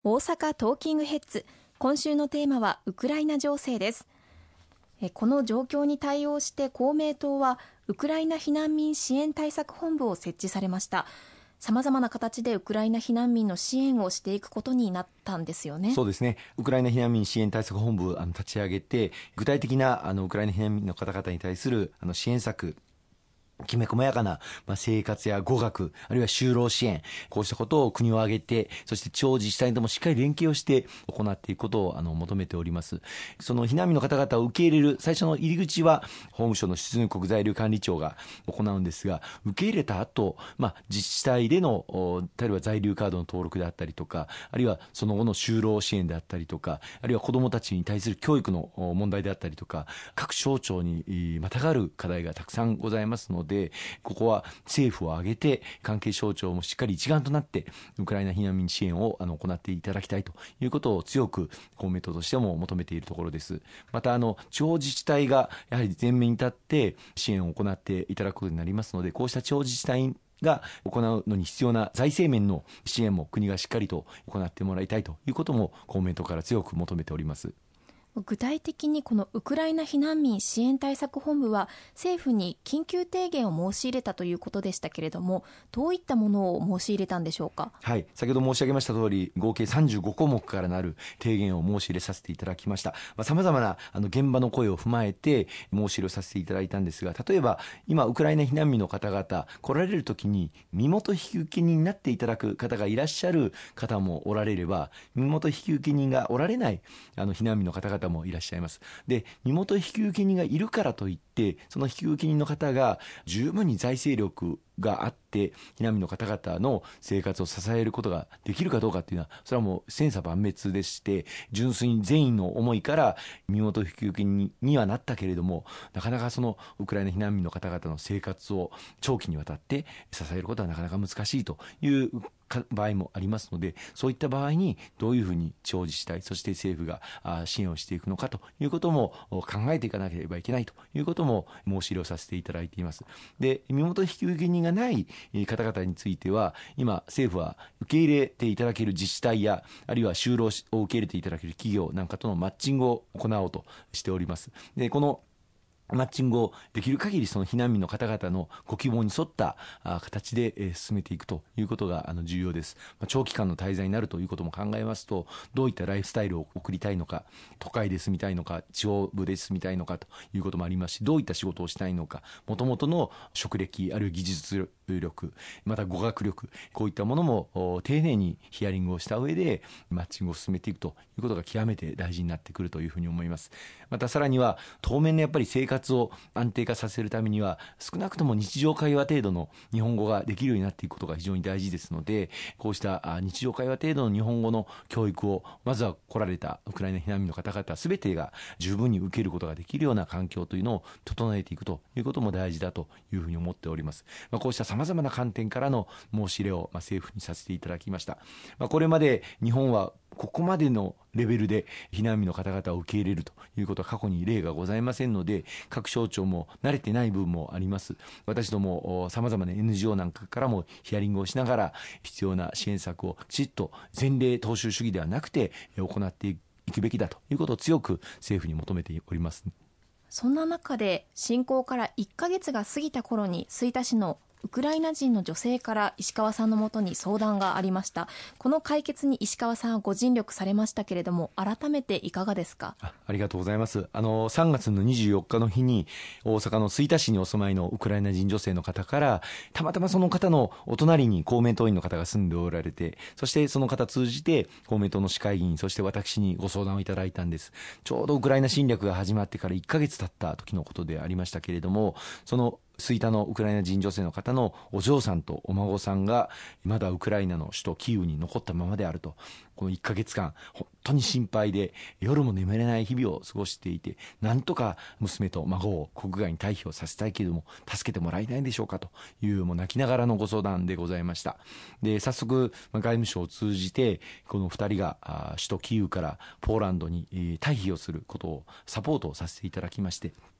大阪トーキングヘッズ、今週のテーマはウクライナ情勢です。この状況に対応して公明党はウクライナ避難民支援対策本部を設置されました。さまざまな形でウクライナ避難民の支援をしていくことになったんですよね。 そうですね。ウクライナ避難民支援対策本部立ち上げて、具体的なウクライナ避難民の方々に対する支援策、きめ細やかな生活や語学、あるいは就労支援、こうしたことを国を挙げて、そして地方自治体ともしっかり連携をして行っていくことを求めております。その避難民の方々を受け入れる最初の入り口は法務省の出入国在留管理庁が行うんですが、受け入れた後、自治体での例えば在留カードの登録であったりとか、あるいはその後の就労支援であったりとか、あるいは子どもたちに対する教育の問題であったりとか、各省庁にまたがる課題がたくさんございますので、ここは政府を挙げて関係省庁もしっかり一丸となってウクライナ避難民支援を行っていただきたいということを強く公明党としても求めているところです。また地方自治体がやはり前面に立って支援を行っていただくことになりますので、こうした地方自治体が行うのに必要な財政面の支援も国がしっかりと行ってもらいたいということも公明党から強く求めております。 具体的にこのウクライナ避難民支援対策本部は政府に緊急提言を申し入れたということでしたけれども、どういったものを申し入れたんでしょうか。 はい、先ほど申し上げました通り、合計35項目からなる提言を申し入れさせていただきました。さまざまな現場の声を踏まえて申し入れをさせていただいたんですが、例えば今ウクライナ避難民の方々来られるときに身元引受人になっていただく方がいらっしゃる方もおられれば、身元引受人がおられない避難民の方々もいらっしゃいます。で、身元引受人がいるからといってその引受人の方が十分に財政力があって避難民の方々の生活を支えることができるかどうかっていうのは、それはもう千差万別でして、純粋に善意の思いから身元引受人にはなったけれども、なかなかそのウクライナ避難民の方々の生活を長期にわたって支えることはなかなか難しいという場合もありますので、そういった場合にどういうふうに地方自治体そして政府が支援をしていくのかということも考えていかなければいけないということも申し入れをさせていただいています。で、身元引受人がない方々については今政府は受け入れていただける自治体や、あるいは就労を受け入れていただける企業なんかとのマッチングを行おうとしております。で、このマッチングをできる限りその避難民の方々のご希望に沿った形で進めていくということが重要です。長期間の滞在になるということも考えますと、どういったライフスタイルを送りたいのか、都会で住みたいのか、地方部で住みたいのかということもありますし、どういった仕事をしたいのか、もともとの職歴、あるいは技術力、また語学力、こういったものも丁寧にヒアリングをした上でマッチングを進めていくということが極めて大事になってくるというふうに思います。またさらには当面のやっぱり生活を安定化させるためには、少なくとも日常会話程度の日本語ができるようになっていくことが非常に大事ですので、こうした日常会話程度の日本語の教育をまずは来られたウクライナ避難民の方々全てが十分に受けることができるような環境というのを整えていくということも大事だというふうに思っております。こうしたさまざまな観点からの申し入れを政府にさせていただきました。これまで日本はここまでのレベルで避難民の方々を受け入れるということは過去に例がございませんので、各省庁も慣れてない部分もあります。私どもさまざまな NGO なんかからもヒアリングをしながら必要な支援策をきちっと前例踏襲主義ではなくて行っていくべきだということを強く政府に求めております。 そんな中で侵攻から1ヶ月が過ぎた頃に吹田市のウクライナ人の女性から石川さんのもとに相談がありました。この解決に石川さんはご尽力されましたけれども、改めていかがですか。 ありがとうございます。3月の24日の日に大阪の吹田市にお住まいのウクライナ人女性の方から、たまたまその方のお隣に公明党員の方が住んでおられて、そしてその方通じて公明党の市会議員、そして私にご相談をいただいたんです。ちょうどウクライナ侵略が始まってから1ヶ月経った時のことでありましたけれども、その吹田のウクライナ人女性の方のお嬢さんとお孫さんがまだウクライナの首都キーウに残ったままであると。この1ヶ月間本当に心配で夜も眠れない日々を過ごしていて、なんとか娘と孫を国外に退避をさせたいけれども助けてもらえないでしょうかという、もう泣きながらのご相談でございました。で、早速外務省を通じてこの2人が首都キーウからポーランドに退避をすることをサポートをさせていただきまして、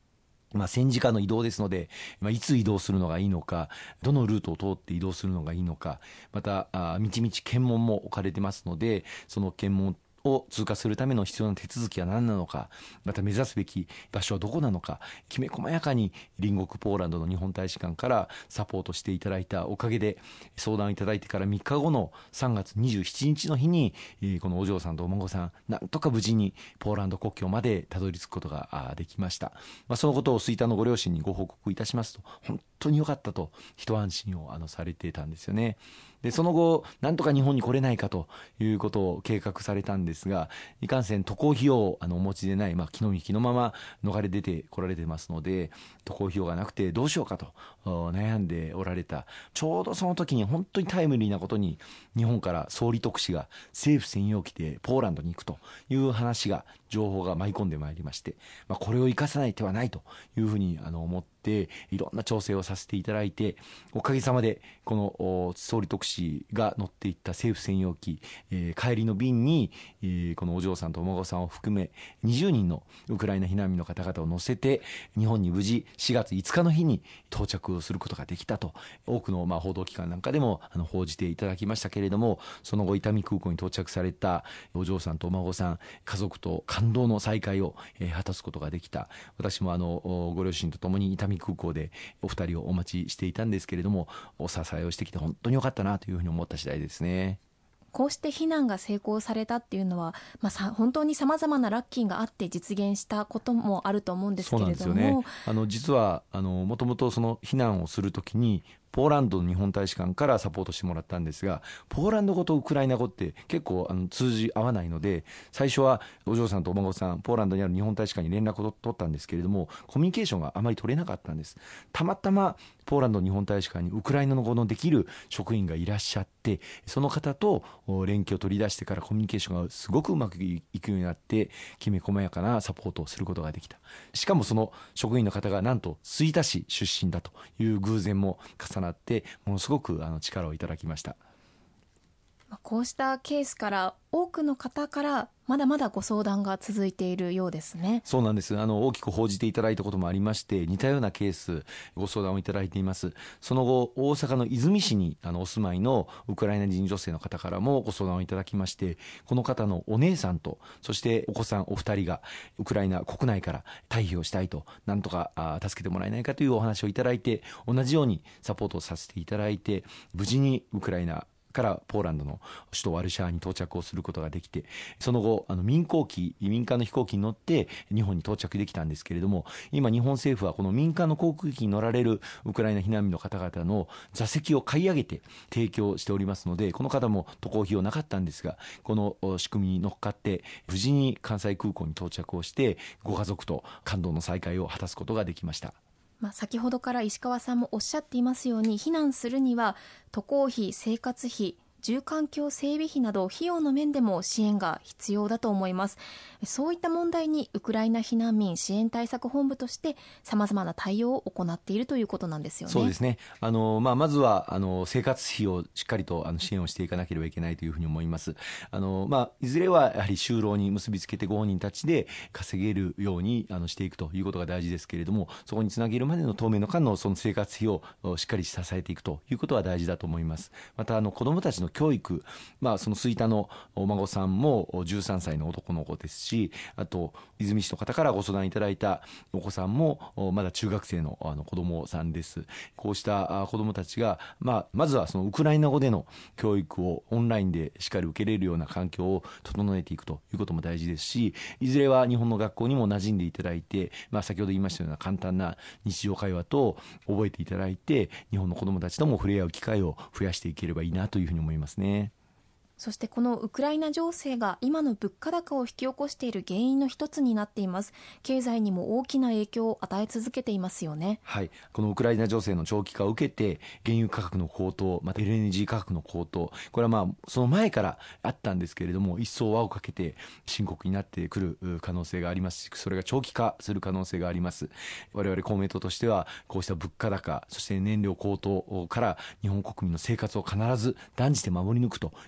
戦時下の移動ですので、いつ移動するのがいいのか、どのルートを通って移動するのがいいのか、またみちみち検問も置かれてますので、その検問を通過するための必要な手続きは何なのか、また目指すべき場所はどこなのか、きめ細やかに隣国ポーランドの日本大使館からサポートしていただいたおかげで、相談いただいてから3日後の3月27日の日に、このお嬢さんとお孫さん、なんとか無事にポーランド国境までたどり着くことができました。そのことを吹田のご両親にご報告いたしますと、本当に良かったと一安心をされていたんですよね。でその後なんとか日本に来れないかということを計画されたんですが、いかんせん渡航費用をお持ちでない、気の身気のまま逃れ出てこられてますので、渡航費用がなくてどうしようかと悩んでおられたちょうどその時に、本当にタイムリーなことに日本から総理特使が政府専用機でポーランドに行くという話が、情報が舞い込んでまいりまして、これを生かさない手はないというふうに思っていろんな調整をさせていただいて、おかげさまでこの総理特使が乗っていった政府専用機、帰りの便に、このお嬢さんとお孫さんを含め20人のウクライナ避難民の方々を乗せて日本に無事4月5日の日に到着をすることができたと、多くの報道機関なんかでも報じていただきましたけれども、その後伊丹空港に到着されたお嬢さんとお孫さん、家族と感動の再会を果たすことができた。私もご両親とともに伊丹空港でお二人をお待ちしていたんですけれども、お支えをしてきて本当に良かったなというふうに思った次第ですね。 こうして避難が成功されたっていうのは、本当にさまざまなラッキーがあって実現したこともあると思うんですけれども。 そうなんですよね。実はもともとその避難をするときにポーランドの日本大使館からサポートしてもらったんですが、ポーランド語とウクライナ語って結構通じ合わないので、最初はお嬢さんとお孫さん、ポーランドにある日本大使館に連絡を取ったんですけれども、コミュニケーションがあまり取れなかったんです。たまたまポーランド日本大使館にウクライナ語のできる職員がいらっしゃって、その方と連携を取り出してからコミュニケーションがすごくうまくいくようになって、きめ細やかなサポートをすることができた。しかもその職員の方がなんと吹田市出身だという偶然も重なって、ものすごく力をいただきました。 こうしたケースから多くの方からまだまだご相談が続いているようですね。 そうなんです。大きく報じていただいたこともありまして、似たようなケースご相談をいただいています。その後大阪の和泉市にお住まいのウクライナ人女性の方からもご相談をいただきまして、この方のお姉さんとそしてお子さんお二人がウクライナ国内から退避をしたいと、なんとか助けてもらえないかというお話をいただいて、同じようにサポートをさせていただいて、無事にウクライナからポーランドの首都ワルシャワに到着をすることができて、その後民間の飛行機に乗って日本に到着できたんですけれども、今日本政府はこの民間の航空機に乗られるウクライナ避難民の方々の座席を買い上げて提供しておりますので、この方も渡航費用なかったんですが、この仕組みに乗っかって無事に関西空港に到着をして、ご家族と感動の再会を果たすことができました。 先ほどから石川さんもおっしゃっていますように、避難するには渡航費、生活費、住環境整備費など費用の面でも支援が必要だと思います。そういった問題にウクライナ避難民支援対策本部としてさまざまな対応を行っているということなんですよね。 そうですね。まずは生活費をしっかりと支援をしていかなければいけないというふうに思います。いずれはやはり就労に結びつけてご本人たちで稼げるようにしていくということが大事ですけれども、そこにつなげるまでの当面の間のその生活費をしっかり支えていくということは大事だと思います。また子どもたちの教育、その吹田のお孫さんも13歳の男の子ですし、あと和泉市の方からご相談いただいたお子さんもまだ中学生の子供さんです。こうした子供たちが、まずはそのウクライナ語での教育をオンラインでしっかり受けれるような環境を整えていくということも大事ですし、いずれは日本の学校にも馴染んでいただいて、先ほど言いましたような簡単な日常会話と覚えていただいて、日本の子供たちとも触れ合う機会を増やしていければいいなというふうに思いますね。 そしてこのウクライナ情勢が今の物価高を引き起こしている原因の一つになっています。経済にも大きな影響を与え続けていますよね。 はい、このウクライナ情勢の長期化を受けて原油価格の高騰、また LNG 価格の高騰、これはその前からあったんですけれども、一層輪をかけて深刻になってくる可能性がありますし、それが長期化する可能性があります。我々公明党としてはこうした物価高、そして燃料高騰から日本国民の生活を必ず断じて守り抜くという思い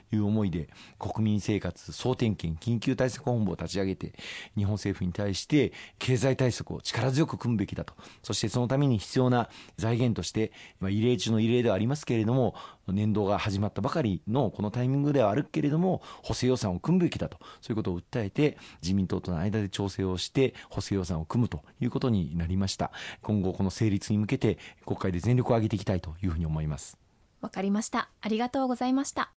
思いで国民生活総点検緊急対策本部を立ち上げて、日本政府に対して経済対策を力強く組むべきだと。そしてそのために必要な財源として、異例中の異例ではありますけれども、年度が始まったばかりのこのタイミングではあるけれども補正予算を組むべきだと、そういうことを訴えて自民党との間で調整をして補正予算を組むということになりました。今後この成立に向けて国会で全力を挙げていきたいというふうに思います。 わかりました。ありがとうございました。